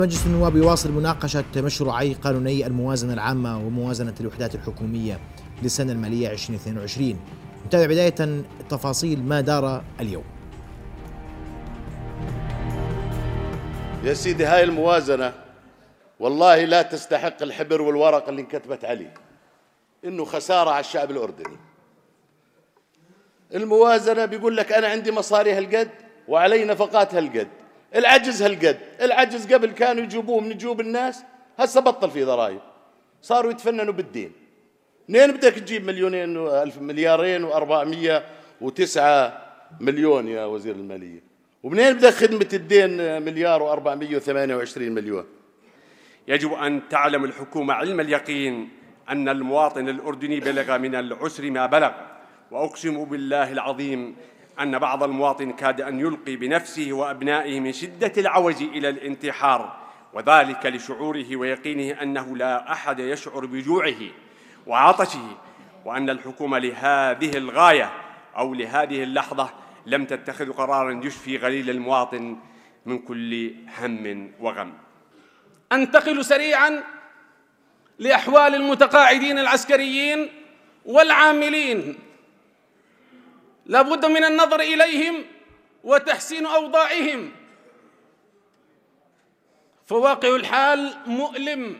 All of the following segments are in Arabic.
مجلس النواب يواصل مناقشة مشروعي قانوني الموازنة العامة وموازنة الوحدات الحكومية للسنة المالية 2022. نتابع بداية تفاصيل ما دار اليوم. يا سيدي، هاي الموازنة والله لا تستحق الحبر والورق اللي انكتبت عليه، إنه خسارة على الشعب الأردني. الموازنة بيقول لك أنا عندي مصاري هالقد وعلي نفقات هالقد، العجز هالقد. العجز قبل كانوا يجيبوه من جيوب الناس، هسه بطل في ضرائب، صاروا يتفننوا بالدين. منين بدك تجيب مليونين وألف مليارين و409 مليون يا وزير المالية؟ ومنين بدك خدمة الدين مليار و428 مليون؟ يجب أن تعلم الحكومة علم اليقين أن المواطن الأردني بلغ من العسر ما بلغ، وأقسم بالله العظيم أن بعض المواطن كاد أن يلقي بنفسه وأبنائه من شدة العوز إلى الانتحار، وذلك لشعوره ويقينه أنه لا أحد يشعر بجوعه وعطشه، وأن الحكومة لهذه الغاية أو لهذه اللحظة لم تتخذ قراراً يشفي غليل المواطن من كل هم وغم. أنتقل سريعاً لأحوال المتقاعدين العسكريين والعاملين. لا بد من النظر إليهم وتحسين أوضاعهم، فواقع الحال مؤلم.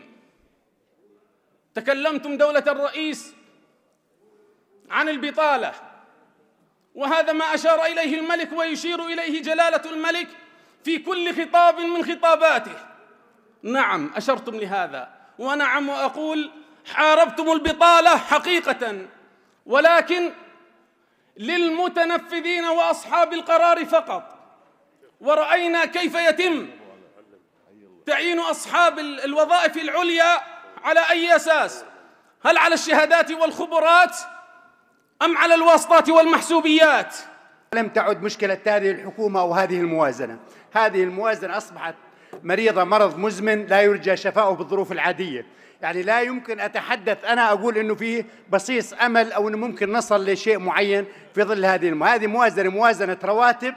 تكلمتم دولة الرئيس عن البطالة، وهذا ما أشار إليه الملك ويشير إليه جلالة الملك في كل خطاب من خطاباته. نعم أشرتم لهذا، ونعم وأقول حاربتم البطالة حقيقة، ولكن للمتنفذين وأصحاب القرار فقط. ورأينا كيف يتم تعيين أصحاب الوظائف العليا على أي أساس؟ هل على الشهادات والخبرات أم على الواسطات والمحسوبيات؟ لم تعد مشكلة هذه الحكومة وهذه الموازنة. هذه الموازنة أصبحت مريضة مرض مزمن لا يرجى شفاؤه بالظروف العادية. يعني لا يمكن أتحدث أنا أقول إنه فيه بصيص أمل أو إنه ممكن نصل لشيء معين في ظل هذه موازنة رواتب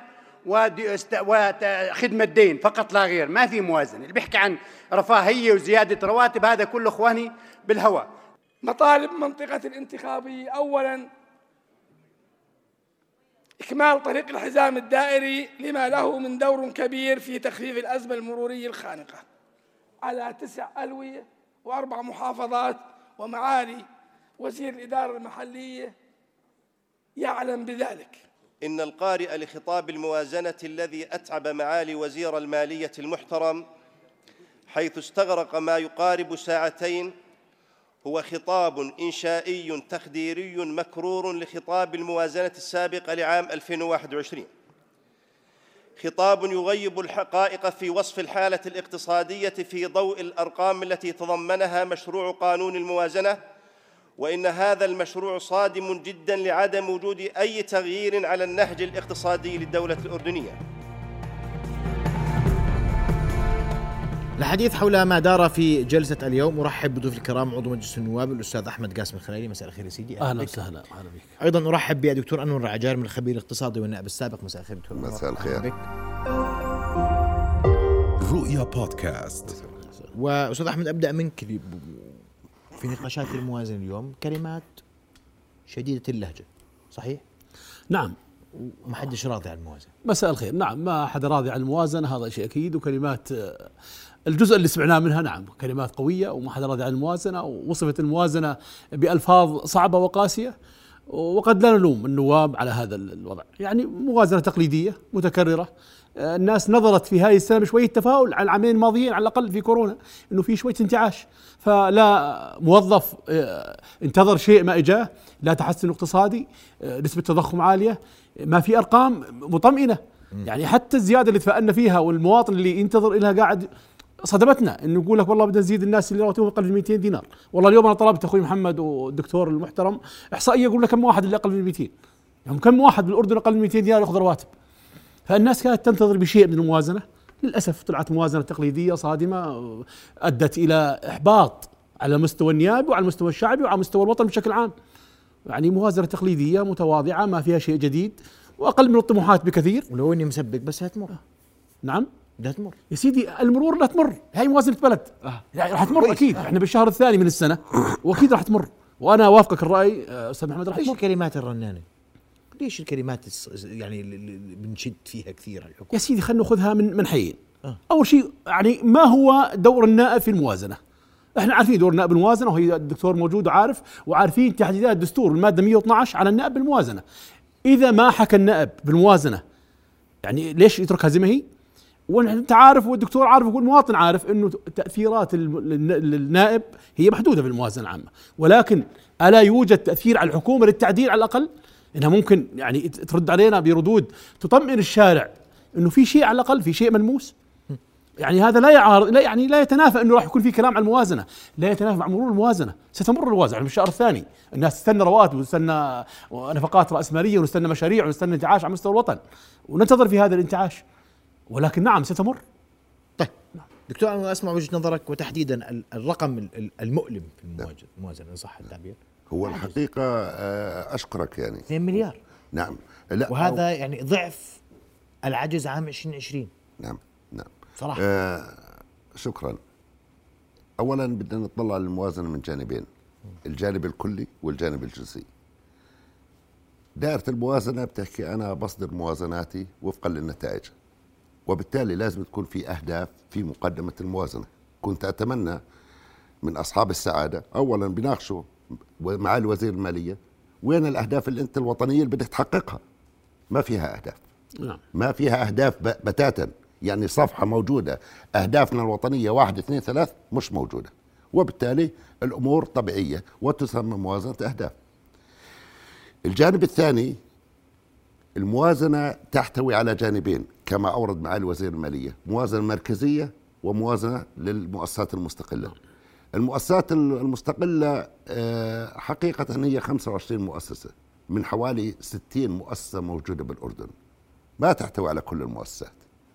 وخدمة دين فقط لا غير. ما في موازنة. اللي بيحكي عن رفاهية وزيادة رواتب هذا كله إخواني بالهواء. مطالب منطقة الانتخابية: أولاً إكمال طريق الحزام الدائري لما له من دور كبير في تخفيف الأزمة المرورية الخانقة على 9 ألوية و4 محافظات، ومعالي وزير الإدارة المحلية يعلم بذلك. إن القارئ لخطاب الموازنة الذي أتعب معالي وزير المالية المحترم حيث استغرق ما يقارب 2 ساعات هو خطاب إنشائي تخديري مكرور لخطاب الموازنة السابقة لعام 2021، خطاب يغيب الحقائق في وصف الحالة الاقتصادية في ضوء الأرقام التي تضمنها مشروع قانون الموازنة، وإن هذا المشروع صادم جداً لعدم وجود أي تغيير على النهج الاقتصادي للدولة الأردنية. الحديث حول ما دار في جلسة اليوم، أرحب بضيوف الكرام عضو مجلس النواب الأستاذ أحمد قاسم الخليلي. مساء الخير يا سيدي. أهلا وسهلا. أهلا بك. أيضا أرحب بدكتور أنور العجار من الخبير الاقتصادي والنائب السابق. مساء الخير دكتور. مساء الخير. رؤيا بودكاست. وأستاذ أحمد، أبدأ منك في نقاشات الموازنة اليوم. كلمات شديدة اللهجة، صحيح؟ نعم. وما حدش راضي عن الموازنة. مساء الخير. نعم، ما حدا راضي عن الموازنة، هذا شيء أكيد. وكلمات الجزء اللي سمعناه منها نعم كلمات قوية، وما حدا راضي عن الموازنة، ووصفت الموازنة بألفاظ صعبة وقاسية. وقد لا نلوم النواب على هذا الوضع. يعني موازنة تقليدية متكررة. الناس نظرت في هذه السنة بشوية تفاؤل على العامين الماضيين على الأقل في كورونا، إنه في شوية انتعاش. فلا موظف انتظر شيء ما إجاه، لا تحسن اقتصادي، نسبة تضخم عالية، ما في أرقام مطمئنة. يعني حتى الزيادة اللي تفائلنا فيها والمواطن اللي ينتظر إلها قاعد صدمتنا، انه يقول لك والله بدنا نزيد الناس اللي رواتبهم اقل من 200 دينار. والله اليوم انا طلبت اخوي محمد والدكتور المحترم احصائيه يقول لك كم واحد اللي اقل من 200، يعني كم واحد بالاردن اقل من 200 دينار ياخذ رواتب. فالناس كانت تنتظر بشيء من الموازنه، للاسف طلعت موازنه تقليديه صادمه ادت الى احباط على المستوى النيابي وعلى المستوى الشعبي وعلى مستوى الوطن بشكل عام. يعني موازنه تقليديه متواضعه ما فيها شيء جديد واقل من الطموحات بكثير. ولو اني مسبق بس هتمر. نعم بدها تمر يا سيدي، المرور لا تمر، هاي موازنة بلد يعني راح تمر اكيد. احنا بالشهر الثاني من السنة واكيد راح تمر، وانا وافقك الرأي استاذ محمد. راح ليش تمر. الكلمات الرنانة؟ ليش الكلمات يعني اللي بنشد فيها كثير الحكومة؟ يا سيدي خلينا ناخذها من حيين. اول شيء يعني ما هو دور النائب في الموازنة؟ احنا عارفين دور النائب بالموازنة، وهي الدكتور موجود وعارف، وعارفين تحديدات الدستور المادة 112 على النائب بالموازنة. اذا ما حكى النائب بالموازنة يعني ليش يتركها زي ما هي؟ وانت عارف والدكتور عارف والمواطن عارف انه تاثيرات النائب هي محدوده في الموازنه العامه، ولكن الا يوجد تاثير على الحكومه للتعديل على الاقل؟ انها ممكن يعني ترد علينا بردود تطمئن الشارع انه في شيء على الاقل، في شيء ملموس. يعني هذا لا يعارض، لا يعني لا يتنافى انه راح يكون في كلام عن الموازنه، لا يتنافى مع مرور الموازنه. ستمر الموازنه من الشهر الثاني، الناس تستنى رواتب وتستنى نفقات راسماليه ونستنى مشاريع ونستنى انتعاش على مستوى الوطن، وننتظر في هذا الانتعاش، ولكن نعم ستمر. طيب دكتور، انا اسمع وجهة نظرك، وتحديدا الرقم المؤلم في الموازنة ان صح التعبير. هو الحقيقة أشكرك يعني 2 مليار. نعم. لا، وهذا يعني ضعف العجز عام 2020. نعم صراحة. شكرا. أولا بدنا نطلع للموازنة من جانبين، الجانب الكلي والجانب الجزئي. دائرة الموازنة بتحكي أنا بصدر موازناتي وفقا للنتائج، وبالتالي لازم تكون في أهداف في مقدمة الموازنة. كنت أتمنى من أصحاب السعادة أولا بناقشوا معالي وزير المالية وين الأهداف اللي أنت الوطنية اللي بدك تحققها. ما فيها أهداف. ما فيها أهداف بتاتا، يعني صفحة موجودة أهدافنا الوطنية 1 2 3 مش موجودة، وبالتالي الأمور طبيعية وتسمى موازنة أهداف. الجانب الثاني، الموازنة تحتوي على جانبين كما أورد معالي وزير المالية، موازنة مركزية وموازنة للمؤسسات المستقلة. المؤسسات المستقلة حقيقة هي 25 مؤسسة من حوالي 60 مؤسسة موجودة بالأردن، ما تحتوي على كل المؤسسات.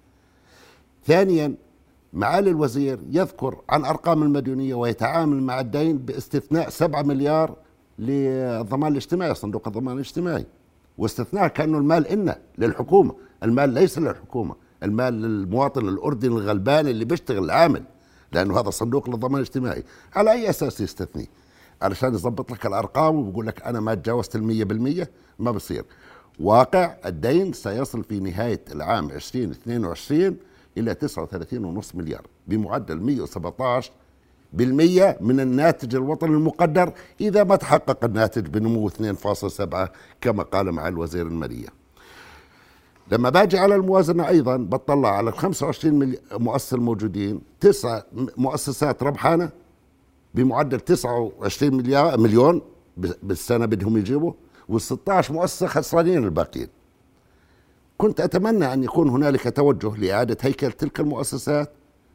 ثانيا، معالي الوزير يذكر عن أرقام المديونية ويتعامل مع الدين باستثناء 7 مليار للضمان الاجتماعي، صندوق الضمان الاجتماعي، واستثناء كأنه المال إنه للحكومة. المال ليس للحكومة، المال للمواطن الأردني الغلبان اللي بيشتغل العامل، لأنه هذا صندوق للضمان الاجتماعي. على أي أساس يستثني؟ علشان يضبط لك الأرقام وبقول لك أنا ما تجاوزت 100%؟ ما بصير. واقع الدين سيصل في نهاية العام 2022 إلى 39.5 مليار بمعدل 117% من الناتج الوطني المقدر إذا ما تحقق الناتج بنمو 2.7 كما قال معالي وزير المالية. لما باجي على الموازنة أيضا بطلع على 25 مؤسسة الموجودين، 9 مؤسسات ربحانة بمعدل 29 مليون بالسنة بدهم يجيبوا، وال16 مؤسسة خسرانين الباقيين. كنت أتمنى أن يكون هنالك توجه لإعادة هيكل تلك المؤسسات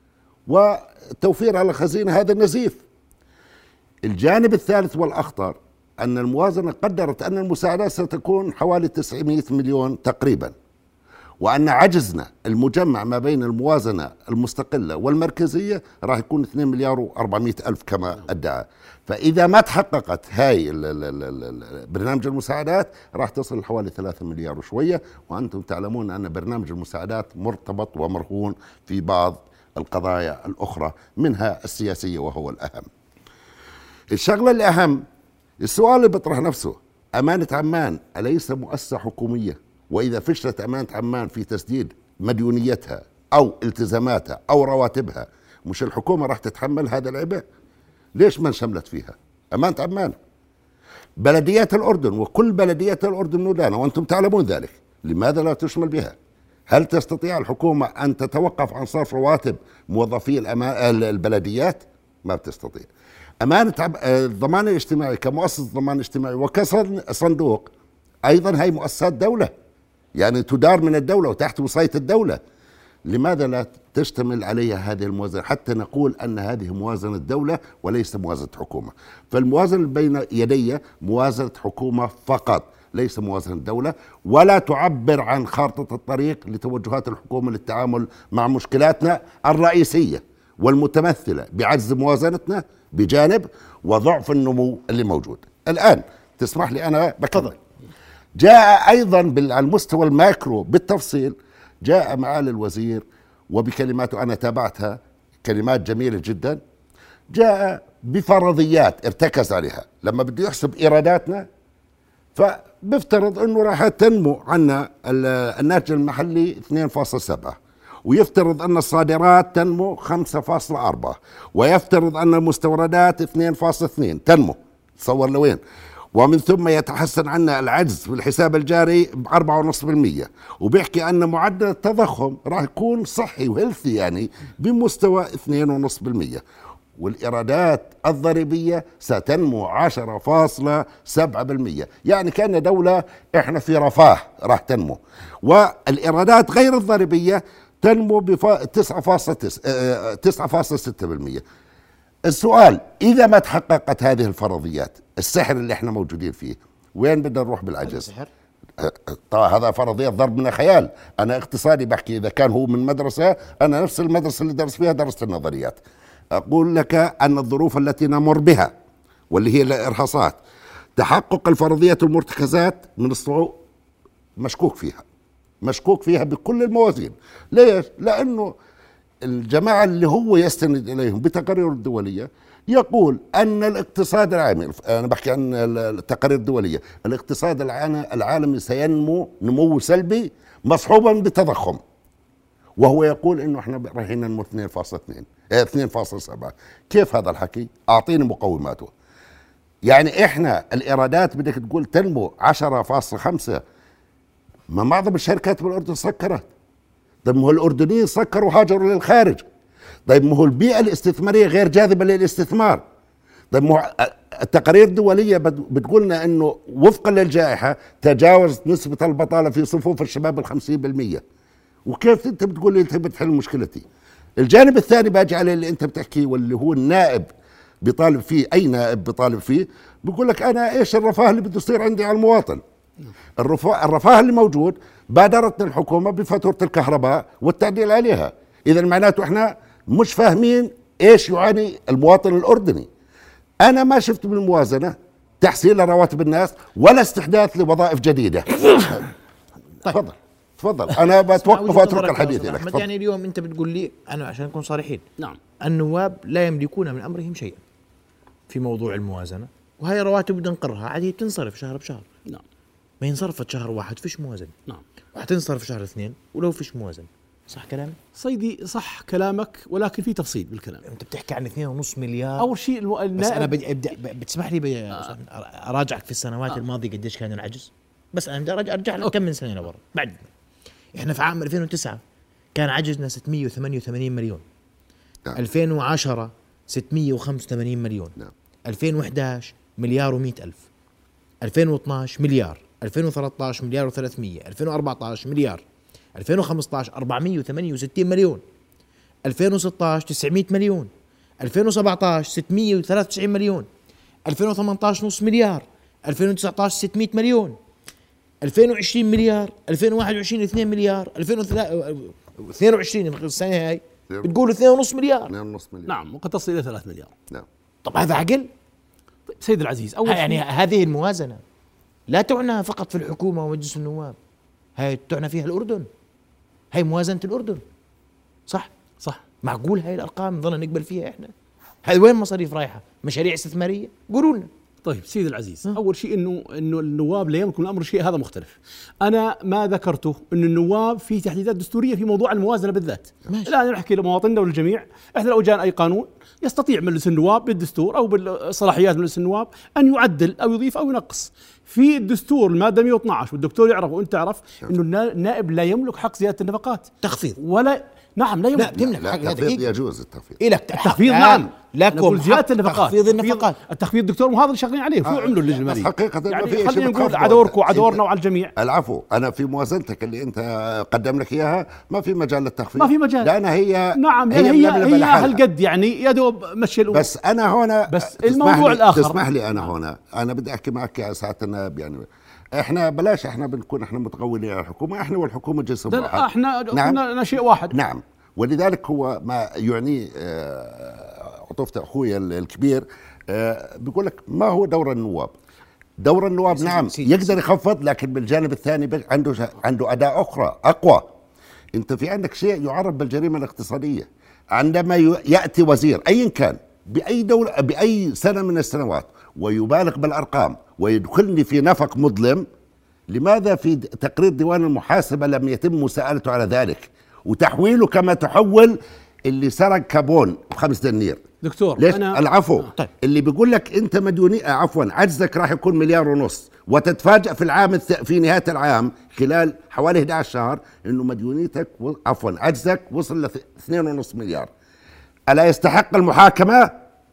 وتوفير على خزينة هذا النزيف. الجانب الثالث والأخطر أن الموازنة قدرت أن المساعدات ستكون حوالي 900 مليون تقريبا، وأن عجزنا المجمع ما بين الموازنة المستقلة والمركزية راح يكون 2 مليار و400 ألف كما ادعى. فإذا ما تحققت هاي برنامج المساعدات راح تصل حوالي 3 مليار وشوية، وأنتم تعلمون أن برنامج المساعدات مرتبط ومرهون في بعض القضايا الأخرى منها السياسية وهو الأهم. الشغلة الأهم، السؤال اللي بيطرح نفسه، أمانة عمان أليس مؤسسة حكومية؟ وإذا فشلت أمانة عمان في تسديد مديونيتها أو التزاماتها أو رواتبها، مش الحكومة راح تتحمل هذا العبء؟ ليش ما انشملت فيها أمانة عمان؟ بلديات الأردن وكل بلديات الأردن ندانة وأنتم تعلمون ذلك، لماذا لا تشمل بها؟ هل تستطيع الحكومة أن تتوقف عن صرف رواتب موظفي البلديات؟ ما بتستطيع. أمانة الضمان الاجتماعي كمؤسسة ضمان اجتماعي وكصندوق أيضا هي مؤسسات دولة، يعني تدار من الدولة وتحت وصاية الدولة. لماذا لا تشتمل عليها هذه الموازنة حتى نقول أن هذه موازنة دولة وليس موازنة حكومة؟ فالموازنة بين يدي موازنة حكومة فقط، ليس موازنة دولة، ولا تعبر عن خارطة الطريق لتوجهات الحكومة للتعامل مع مشكلاتنا الرئيسية والمتمثلة بعجز موازنتنا بجانب وضعف النمو اللي موجود. الآن تسمح لي أنا بكمل. جاء أيضا على المستوى الماكرو بالتفصيل، جاء معالي الوزير وبكلماته أنا تابعتها، كلمات جميلة جدا، جاء بفرضيات ارتكز عليها. لما بده يحسب إيراداتنا فبيفترض أنه راح تنمو عنا الناتج المحلي 2.7، ويفترض أن الصادرات تنمو 5.4، ويفترض أن المستوردات 2.2 تنمو. تصور لوين؟ ومن ثم يتحسن عنا العجز في الحساب الجاري ب4.5%، وبيحكي أن معدل التضخم راح يكون صحي وهيلثي يعني بمستوى 2.5%، والإيرادات الضريبية ستنمو 10.7%. يعني كأن دولة إحنا في رفاه راح تنمو، والإيرادات غير الضريبية تنمو ب 9.6%. السؤال، إذا ما تحققت هذه الفرضيات، السحر اللي احنا موجودين فيه وين بدنا نروح بالعجز؟ هذا فرضيات ضرب من خيال. أنا اقتصادي بحكي، إذا كان هو من مدرسة، أنا نفس المدرسة اللي درس فيها درست النظريات. أقول لك أن الظروف التي نمر بها واللي هي الإرهاصات، تحقق الفرضيات والمرتكزات من الصعود مشكوك فيها بكل الموازين. ليش؟ لأنه الجماعة اللي هو يستند إليهم بتقارير الدولية يقول أن الاقتصاد العالمي، أنا بحكي عن التقارير الدولية، الاقتصاد العالمي سينمو نمو سلبي مصحوبا بتضخم، وهو يقول إنه إحنا رايحين ننمو 2.7. كيف هذا الحكي؟ أعطيني مقوماته. يعني إحنا الإيرادات بدك تقول تنمو 10.5، ما معظم الشركات بالأردن سكرت. طيب ما هو الأردنيين سكروا وهاجروا للخارج. طيب ما هو البيئة الاستثمارية غير جاذبة للاستثمار. طيب ما هو التقارير الدولية بتقولنا أنه وفقا للجائحة تجاوز نسبة البطالة في صفوف الشباب 50%. وكيف أنت بتقول لي أنت بتحل مشكلتي؟ الجانب الثاني باجي عليه اللي أنت بتحكيه، واللي هو النائب بيطالب فيه، أي نائب بيطالب فيه، بيقول لك أنا إيش الرفاه اللي بده يصير عندي على المواطن؟ الرفاه اللي موجود بادرتنا الحكومة بفاتورة الكهرباء والتعديل عليها. إذا معناته إحنا مش فاهمين إيش يعاني المواطن الأردني. أنا ما شفت من الموازنة تحسين لرواتب الناس ولا استحداث لوظائف جديدة. طيب تفضل أنا بتوقف وأترك الحديث لك. يعني اليوم أنت بتقول لي، أنا عشان نكون صريحين، نعم، النواب لا يملكون من أمرهم شيئا في موضوع الموازنة، وهي رواتب بدنا نقرها عادي تنصرف شهر بشهر. نعم، ما ينصرفت شهر واحد فيش موازنة. نعم، وحتنصرف شهر 2 ولو فيش موازنة. صح كلامي؟ صيدي صح كلامك، ولكن في تفصيل بالكلام. انت بتحكي عن 2.5 مليار. اول شيء بس انا بدي ابدا، بتسمح لي اراجعك في السنوات الماضيه قديش كان العجز. بس انا بدي ارجع لك كم من سنه لورا. بعد احنا في عام 2009 كان عجزنا 688 مليون. 2010 685 مليون. 2011 مليار و100 ألف. 2012 مليار. 2013 مليار و300. 2014 مليار. 2015 468 مليون. 2016 900 مليون. 2017 693 مليون. 2018 نص مليار. 2019 600 مليون. 2020 مليار. 2021 2 مليار. 2022 السنة هاي بتقولوا 2.5 مليار. 2.5 مليار. نعم، وقد تصل إلى 3 مليار. نعم. طب هذا عقل؟ طيب سيد العزيز، أول يعني هذه الموازنة لا تعنى فقط في الحكومة ومجلس النواب، هاي تعنى فيها الأردن. هاي موازنة الأردن. صح؟ صح. معقول هاي الأرقام نظل نقبل فيها إحنا؟ هاي وين مصاريف رايحة؟ مشاريع استثمارية؟ قولوا لنا. طيب سيد العزيز، أول شيء إنه النواب لا يملكون الأمر شيء، هذا مختلف. أنا ما ذكرته إنه النواب في تحديدات دستورية في موضوع الموازنة بالذات. الآن نحكي لمواطننا وللجميع، إحنا لو جاء أي قانون يستطيع مجلس النواب بالدستور أو بالصلاحيات مجلس النواب أن يعدل أو يضيف أو ينقص. في الدستور المادة 112، والدكتور يعرف وأنت تعرف إنه النائب لا يملك حق زيادة النفقات. تخفيض ولا نعم لا يملك. لا التخفيض يجوز. التخفيض التخفيض نعم، لكم زيادة النفقات. تخفيض النفقات. التخفيض دكتور وهذا اللي شغالين عليه، شو عملوا اللجنة المالية؟ حقيقة يعني خلينا نقول عدوركم وعدورنا وعلى الجميع. العفو، أنا في موازنتك اللي أنت قدم لك إياها ما في مجال للتخفيض، ما في مجال، لأن هي نعم هي هالقد يعني يا دوب مشي الأمور. بس أنا هنا بس الموضوع الآخر تسمح لي أنا هنا أنا بدي أحكي معك يا سعادة النائب. يعني احنا بلاش احنا بنكون احنا متغولين على الحكومه، احنا والحكومه جسم واحد. احنا كنا شيء واحد. نعم، ولذلك هو ما يعنيه عطوفة اخوي الكبير بيقول لك ما هو دور النواب. دور النواب نعم يقدر يخفض، لكن بالجانب الثاني عنده اداة اخرى اقوى. انت في عندك شيء يعرف بالجريمه الاقتصاديه. عندما ياتي وزير ايا كان باي دوله باي سنه من السنوات ويبالغ بالارقام ويدخلني في نفق مظلم، لماذا في تقرير ديوان المحاسبه لم يتم مساءلته على ذلك وتحويله كما تحول اللي سرق كابون ب5 دنانير؟ دكتور ليش أنا العفو طيب. اللي بيقول لك انت مديوني عفوا عجزك راح يكون 1.5 مليار، وتتفاجأ في العام في نهاية العام خلال حوالي 11 شهر انه مديونيتك عفوا عجزك وصل ل 2.5 مليار. ألا يستحق المحاكمة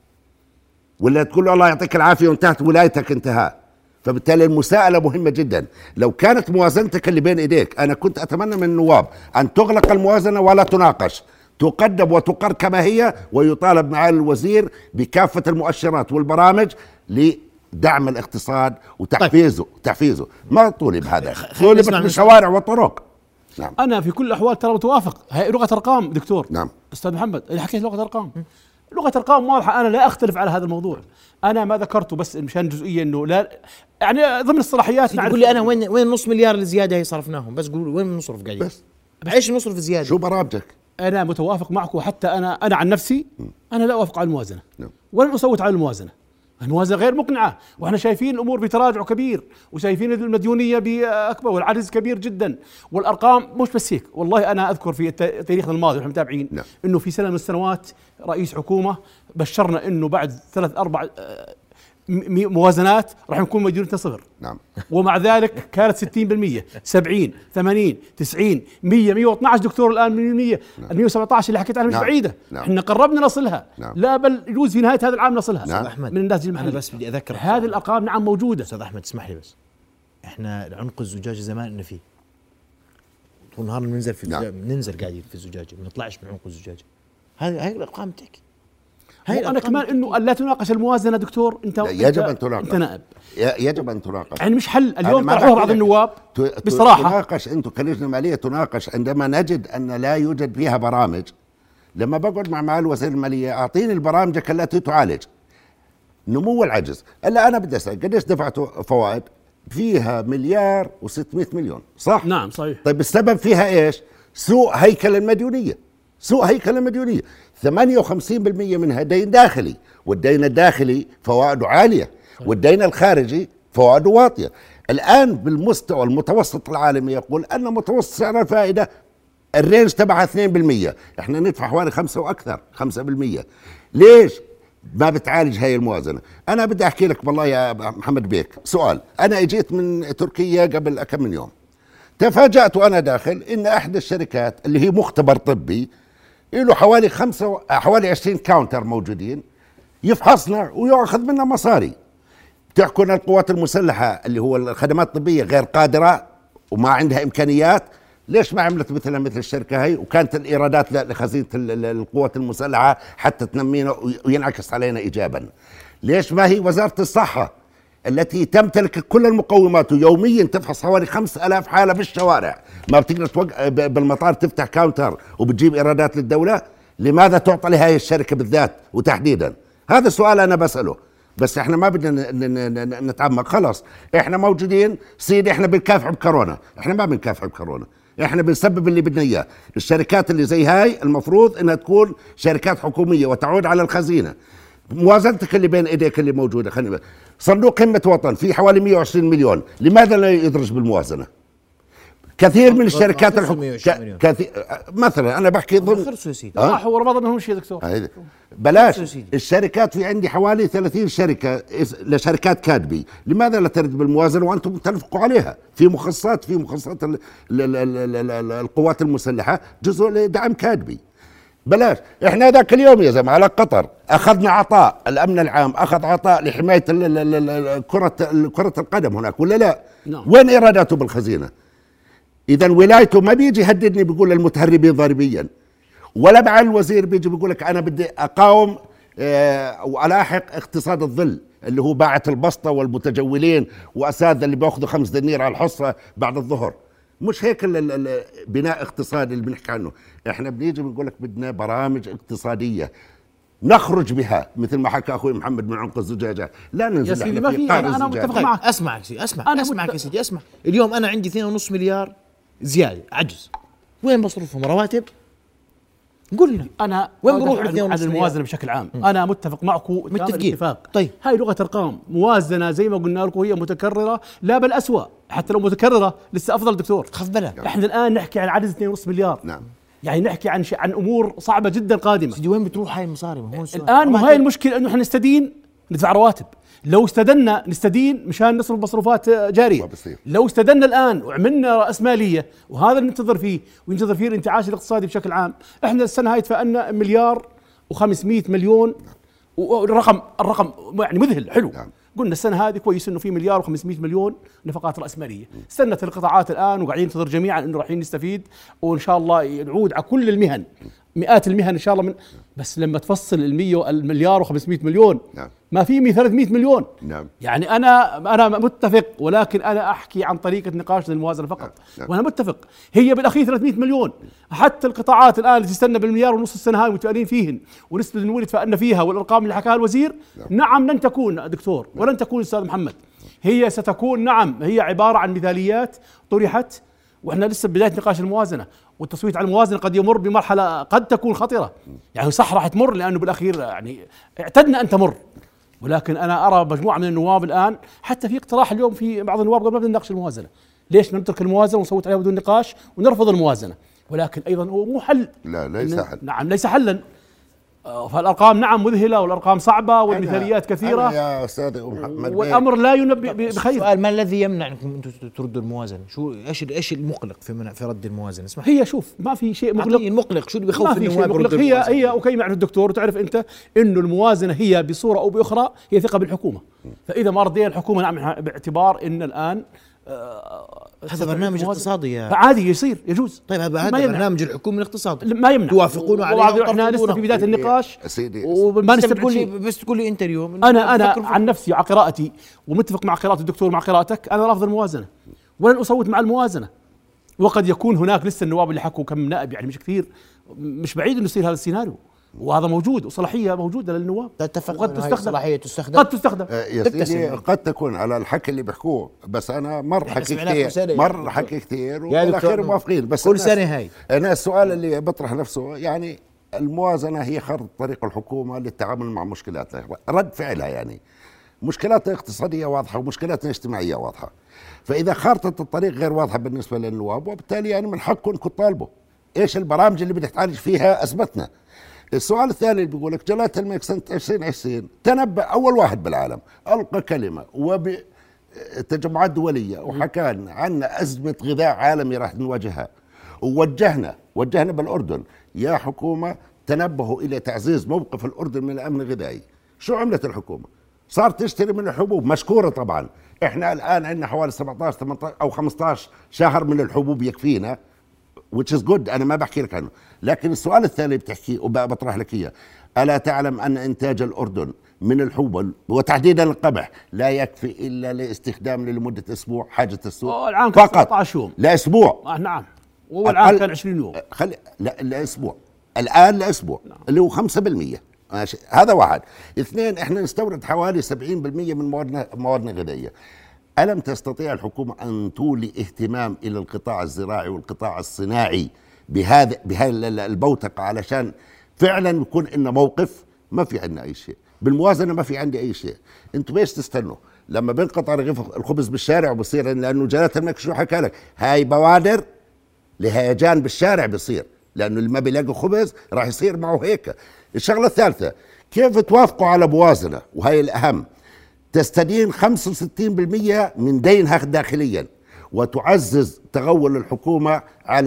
ولا تقول له الله يعطيك العافية وانتهت ولايتك انتهى؟ فبالتالي المساءلة مهمة جدا. لو كانت موازنتك اللي بين ايديك، انا كنت اتمنى من النواب ان تغلق الموازنة ولا تناقش، تقدم وتقر كما هي، ويطالب معالي الوزير بكافة المؤشرات والبرامج لدعم الاقتصاد وتحفيزه. تحفيزه ما طولب هذا، طولب بالشوارع والطرق. نعم. أنا في كل الأحوال ترى متوافق، هي لغة أرقام دكتور. نعم أستاذ محمد اللي حكيت لغة أرقام، لغة أرقام واضحة، أنا لا أختلف على هذا الموضوع. أنا ما ذكرته بس مشان جزئية إنه لا يعني ضمن الصلاحيات. تقول لي أنا وين نص مليار الزيادة هي صرفناهم؟ بس قولوا وين نصرف قاعدين؟ بس ايش نصرف زيادة؟ شو برامجك؟ أنا متوافق معك، وحتى أنا عن نفسي أنا لا أوافق على الموازنة ولن أصوت على الموازنة. الموازنة غير مقنعة، وإحنا شايفين الأمور بتراجع كبير، وشايفين المديونية بأكبر والعجز كبير جدا، والأرقام مش بس هيك. والله أنا أذكر في تاريخنا الماضي ونحن متابعين إنه في سنة من السنوات رئيس حكومة بشرنا إنه بعد 3-4 موازنات راح نكون مديونتنا صفر. نعم. ومع ذلك كانت 60%، 70، 80، 90، 100، 112 دكتور الآن من 100. ال 117 اللي حكيت عنها مش بعيدة. احنا قربنا نصلها. لا بل يجوز في نهاية هذا العام نصلها. أستاذ أحمد من الناس المحلية. أنا بس بدي أذكر هذه الأرقام نعم موجودة. أستاذ أحمد اسمح لي بس، احنا عنق الزجاجة زمان فيه طول النهار بننزل في بننزل قاعدين في الزجاجة، ما نطلعش من عنق الزجاجة. هاي الأرقام بتحكي. أنا كمان إنه لا تناقش الموازنة دكتور. أنت يجب أن تناقش. أنت نائب. يجب أن تناقش. يعني مش حل اليوم طرحوها بعض النواب بصراحة. تناقش أنتم كلجنة مالية، تناقش عندما نجد أن لا يوجد فيها برامج. لما بقعد مع معالي وزير المالية أعطيني البرامج التي تعالج نمو العجز. إلا أنا بدي أسأل قديش دفعتوا فوائد؟ فيها 1.6 مليار صح؟ نعم صحيح. طيب السبب فيها إيش؟ سوء هيكل المديونية. سوء هيكل المديونية. 58% منها دين داخلي، والدين الداخلي فوائده عالية، والدين الخارجي فوائده واطية. الآن بالمستوى المتوسط العالمي يقول أن متوسط سعر الفائدة الرينج تبعها 2%، احنا ندفع حوالي 5 وأكثر 5%. ليش ما بتعالج هاي الموازنة؟ أنا بدي أحكي لك والله يا محمد بيك سؤال. أنا اجيت من تركيا قبل كم من يوم، تفاجأت وأنا داخل إن أحد الشركات اللي هي مختبر طبي له حوالي 20 كاونتر موجودين يفحصنا ويأخذ منا مصاري. تحكون القوات المسلحة اللي هو الخدمات الطبية غير قادرة وما عندها إمكانيات، ليش ما عملت مثل الشركة هاي وكانت الإيرادات لخزينة القوات المسلحة حتى تنمينا وينعكس علينا إيجابا؟ ليش ما هي وزارة الصحة التي تمتلك كل المقومات ويوميا تفحص حوالي 5000 حالة في الشوارع، ما بتقدر بالمطار تفتح كاونتر وبتجيب إيرادات للدولة؟ لماذا تعطى لهذه الشركة بالذات وتحديدا؟ هذا السؤال أنا بسأله. بس احنا ما بدنا نتعمق. خلاص احنا موجودين سيدي، احنا بنكافح بكورونا. احنا ما بنكافح بكورونا، احنا بنسبب اللي بدنا اياه. الشركات اللي زي هاي المفروض انها تكون شركات حكومية وتعود على الخزينة. موازنتك اللي بين ايديك اللي موجودة، خلينا صندوق قمة وطن في حوالي 120 مليون، لماذا لا يدرج بالموازنة؟ كثير من الشركات مثلا انا بحكي ضمن راح هو رمضان منهم شيء دكتور. بلاش الشركات، في عندي حوالي 30 شركة لشركات كادبي، لماذا لا ترد بالموازنة وأنتم تنفقوا عليها في مخصصات القوات المسلحة جزء لدعم كادبي؟ بلاش. احنا ذاك اليوم يا زلمة على قطر اخذنا عطاء، الامن العام اخذ عطاء لحماية كرة القدم هناك ولا لا؟ وين ايراداته بالخزينة؟ اذا ولايته ما بيجي يهددني بيقول المتهربين ضريبيا، ولا مع الوزير بيجي بيقول لك انا بدي اقاوم والاحق اقتصاد الظل اللي هو باعة البسطة والمتجولين واساتذه اللي بياخذوا 5 دنانير على الحصة بعد الظهر. مش هيك بناء اقتصادي اللي بنحكي عنه. احنا بنيجي بنقول لك بدنا برامج اقتصادية نخرج بها مثل ما حكى اخوي محمد من عنق الزجاجة. لا ننزل يا سيدي ما في. انا متفق معك. اسمعك يا سيدي، اسمعك يا سيدي، اسمع. اليوم انا عندي 2.5 مليار زيادة عجز، وين بصرفهم؟ رواتب؟ قول لي انا وين بروح عن الموازنه بشكل عام. انا متفق معكم متفقين. اتفاق. طيب هاي لغه ارقام، موازنه زي ما قلنا لكم هي متكرره، لا بل اسوء، حتى لو متكرره لسه افضل دكتور. خف بالك. احنا الان نحكي عن عجز 2.5 مليار. نعم. يعني نحكي عن عن امور صعبه جدا قادمه. سيدي وين بتروح هاي المصاري؟ ما هو الان مو هاي المشكله، انه احنا نستدين ندفع رواتب. لو استدنا نستدين مشان نصرف مصروفات جاريه. لو استدنا الان وعملنا راس ماليه، وهذا اللي ننتظر فيه وينتظر فيه الانتعاش الاقتصادي بشكل عام. احنا السنه هاي دفعنا 1.5 مليار، الرقم يعني مذهل حلو. قلنا السنه هذه كويس انه في 1.5 مليار نفقات راسماليه. استنت القطاعات الان وقاعدين ننتظر جميعا انه رايحين نستفيد، وان شاء الله نعود على كل المهن، مئات المهن ان شاء الله. بس لما تفصل المليار و500 مليون، نعم. ما في 300 مليون. نعم. يعني انا متفق، ولكن انا احكي عن طريقه نقاش الموازنه فقط. نعم. وانا متفق هي بالاخير 300 مليون. حتى القطاعات الان اللي تستنى بالمليار ونص السنه هاي متفائلين فيهن، ونسبه النمو اللي تفائلنا فيها والارقام اللي حكاها الوزير، نعم لن تكون دكتور ولن تكون استاذ محمد. هي ستكون، نعم هي عباره عن مثاليات طرحت، واحنا لسه بدايه نقاش الموازنه، والتصويت على الموازنه قد يمر بمرحله قد تكون خطره. يعني صح راح تمر، لانه بالاخير يعني اعتدنا ان تمر. ولكن انا ارى مجموعه من النواب الان، حتى في اقتراح اليوم في بعض النواب قبل ما نناقش الموازنه، ليش نترك الموازنه ونصوت عليها بدون نقاش ونرفض الموازنه؟ ولكن ايضا هو مو حل. لا ليس حل. نعم ليس حلا. فالارقام نعم مذهله، والارقام صعبه، والمثاليات كثيره. أنا يا استاذ محمد، والامر لا ينبئ بخير. السؤال ما الذي يمنع انكم انتم تردوا الموازنه؟ شو ايش المقلق في رد الموازنه؟ اسمح. هي شوف ما في شيء مقلق. المقلق شو اللي بخوف النواب يردوا الموازنه؟ هي وكما يعرف الدكتور، وتعرف انت انه الموازنه هي بصوره او باخرى هي ثقه بالحكومه. فاذا ما رضينا الحكومه نعمل باعتبار ان الان هذا برنامج اقتصادي عادي يصير يجوز. طيب هذا برنامج الحكومي الاقتصادي ما يمنع، توافقون عليه. احنا لسه في بدايه النقاش سيدي، وما نستبعد شيء. بس تقول لي انت اليوم انا عن نفسي وعلى قراءتي، ومتفق مع قراءه الدكتور مع قراءتك، انا رافض الموازنه ولن اصوت مع الموازنه. وقد يكون هناك لسه النواب اللي حكوا كم نائب، يعني مش كثير، مش بعيد انه يصير هذا السيناريو، وهذا موجود، وصلاحيه موجوده للنواب وقد تستخدم. صلاحيه تستخدم، قد تستخدم. يا سيدي قد تكون على الحكي اللي بيحكوه، بس انا مر حكي كثير وبالاخير موافقين. بس كل سنه هاي انا السؤال اللي بطرح نفسه، يعني الموازنه هي خارطه طريق الحكومه للتعامل مع مشكلاتها، رد فعلها. يعني مشكلاتها اقتصاديه واضحه ومشكلاتها اجتماعيه واضحه. فاذا خارطه الطريق غير واضحه بالنسبه للنواب، وبالتالي يعني من حقكم انكم تطالبوا ايش البرامج اللي بدك تعالج فيها ازمتنا. السؤال الثاني اللي بيقول لك جلالة الملك سنة 2020 تنبأ أول واحد بالعالم، ألقى كلمة وبتجمعات دولية وحكى لنا عنا أزمة غذاء عالمي راح نواجهها، ووجهنا بالأردن يا حكومة تنبهوا إلى تعزيز موقف الأردن من الأمن الغذائي. شو عملت الحكومة؟ صارت تشتري من الحبوب، مشكورة طبعا. احنا الآن عندنا حوالي 17 18 أو 15 شهر من الحبوب يكفينا، which is good، أنا ما بحكي لك عنه. لكن السؤال الثاني بتحكيه وبطرح لك إياه، ألا تعلم أن إنتاج الأردن من الحبوب وتحديدا القمح لا يكفي إلا لاستخدام لمدة أسبوع حاجة السوق العام كان 17 يوم لأسبوع. نعم، وأول عام كان 20 يوم. لا لأسبوع، الآن لأسبوع. نعم. اللي هو 5%. ماشي، هذا واحد. اثنين، احنا نستورد حوالي 70% من موادنا الغذائية. ألم تستطيع الحكومة أن تولي اهتمام إلى القطاع الزراعي والقطاع الصناعي بهذا البوتقة، علشان فعلا يكون لنا موقف؟ ما في عندنا أي شيء بالموازنة، ما في عندي أي شيء. أنتم بيش تستنوا لما بينقطع رغيف الخبز بالشارع وبصير، لأنه جلالة الملك شو حكى لك، هاي بوادر لهيجان بالشارع بصير، لأنه اللي ما بيلاقي خبز راح يصير معه هيك. الشغلة الثالثة، كيف توافقوا على موازنة، وهي الأهم، تستدين 65% من دينها داخليا، وتعزز تغول الحكومة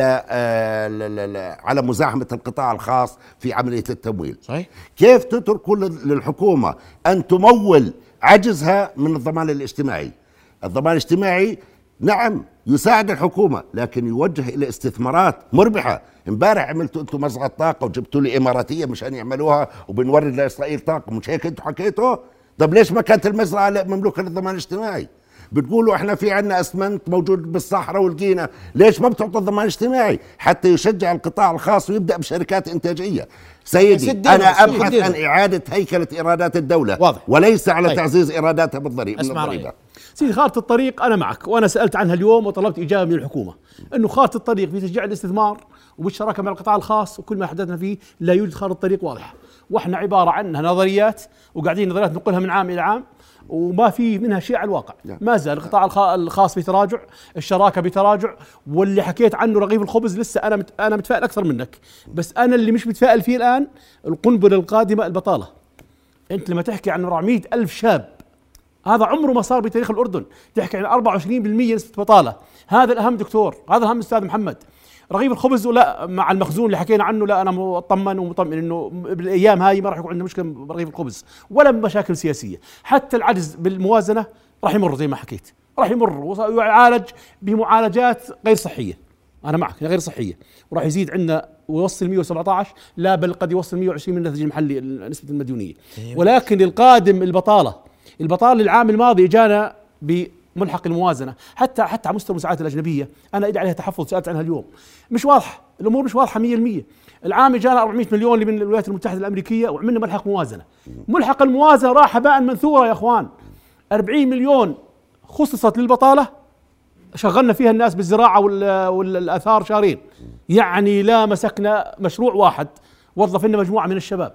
على مزاحمة القطاع الخاص في عملية التمويل. صحيح. كيف تترك للحكومة أن تمول عجزها من الضمان الاجتماعي؟ الضمان الاجتماعي نعم يساعد الحكومة، لكن يوجه إلى استثمارات مربحة. امبارح عملتوا انتم مزرعة طاقة وجبتوا لي إماراتية مشان يعملوها وبنورد لإسرائيل طاقة، مش هيك انتم حكيتوا؟ طب ليش ما كانت المزرعة مملوكة للضمان الاجتماعي؟ بتقولوا احنا في عندنا اسمنت موجود بالصحراء والقينا، ليش ما بتعطوا الضمان الاجتماعي حتى يشجع القطاع الخاص ويبدأ بشركات إنتاجية؟ سيدي أنا أبحث عن إعادة هيكلة إيرادات الدولة، واضح. وليس على طيب. تعزيز إيراداتها بالضريبة. سيدي خارطة الطريق أنا معك، وأنا سألت عنها اليوم وطلبت إجابة من الحكومة، أنه خارطة الطريق في تشجيع الاستثمار وبالشراكه مع القطاع الخاص، وكل ما حدثنا فيه لا يوجد خارطه طريق واضحه، واحنا عباره عنها نظريات، وقاعدين نظريات نقولها من عام الى عام، وما في منها شيء على الواقع. ما زال القطاع الخاص بتراجع، الشراكه بتراجع، واللي حكيت عنه رغيف الخبز لسه انا متفائل اكثر منك، بس انا اللي مش متفائل فيه الان القنبله القادمه البطاله. انت لما تحكي عن 400,000 شاب، هذا عمره ما صار بتاريخ الأردن، تحكي عن 24% نسبة بطالة، هذا الأهم دكتور، هذا الأهم أستاذ محمد. رغيف الخبز ولا مع المخزون اللي حكينا عنه، لا أنا مطمن إنه بالأيام هاي ما راح يكون عندنا مشكلة برغيف الخبز ولا مشاكل سياسية. حتى العجز بالموازنة راح يمر زي ما حكيت، راح يمر ويعالج بمعالجات غير صحية، أنا معك غير صحية، وراح يزيد عندنا ويوصل 117، لا بل قد يوصل 120 من الناتج المحلي نسبة المديونية. ولكن القادم البطالة العام الماضي اجانا بملحق الموازنه، حتى على مستوى المساعدات الاجنبيه انا إلي عليها تحفظ، سالت عنها اليوم، مش واضحه الامور، مش واضحه 100%. العام اجانا 400 مليون من الولايات المتحده الامريكيه وعملنا ملحق موازنه، ملحق الموازنه راح هباء منثورا يا اخوان. 40 مليون خصصت للبطاله، شغلنا فيها الناس بالزراعه والاثار شهرين، يعني لا مسكنا مشروع واحد وظف لنا مجموعه من الشباب.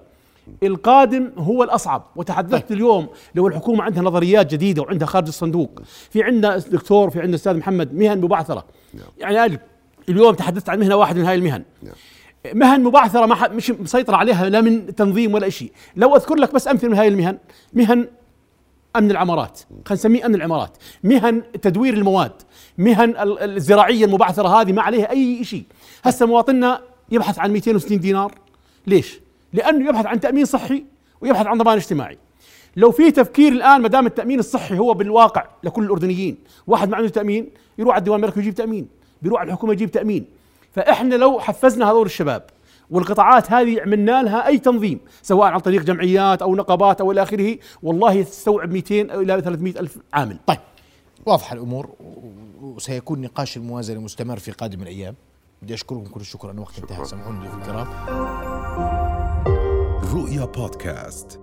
القادم هو الأصعب، وتحدثت اليوم لو الحكومة عندها نظريات جديدة وعندها خارج الصندوق. في عندنا دكتور، في عندنا أستاذ محمد، مهن مبعثرة. يعني اليوم تحدثت عن مهنة واحدة من هاي المهن، مهن مبعثرة مش مسيطرة عليها لا من تنظيم ولا شيء. لو أذكر لك بس أمثلة من هاي المهن، مهن أمن العمارات، خلينا نسميه أمن العمارات، مهن تدوير المواد، مهن الزراعية المبعثرة، هذه ما عليها أي شيء. هسه مواطننا يبحث عن 260 دينار، ليش؟ لأنه يبحث عن تأمين صحي ويبحث عن ضمان اجتماعي. لو في تفكير الآن، ما دام التأمين الصحي هو بالواقع لكل الأردنيين، واحد ما عنده تأمين يروح على الديوان الملكي يجيب تأمين، بيروح على الحكومة يجيب تأمين. فإحنا لو حفزنا هذول الشباب والقطاعات هذه، عملنا لها أي تنظيم سواء عن طريق جمعيات أو نقابات أو إلى آخره، والله تستوعب 200 إلى 300 ألف عامل. طيب، واضحة الأمور، وسيكون نقاش الموازنة مستمر في قادم الأيام. بدي أشكركم كل الشكر، أن وقت انتهى، سامحوني ضيوف الكرام. رؤيا بودكاست.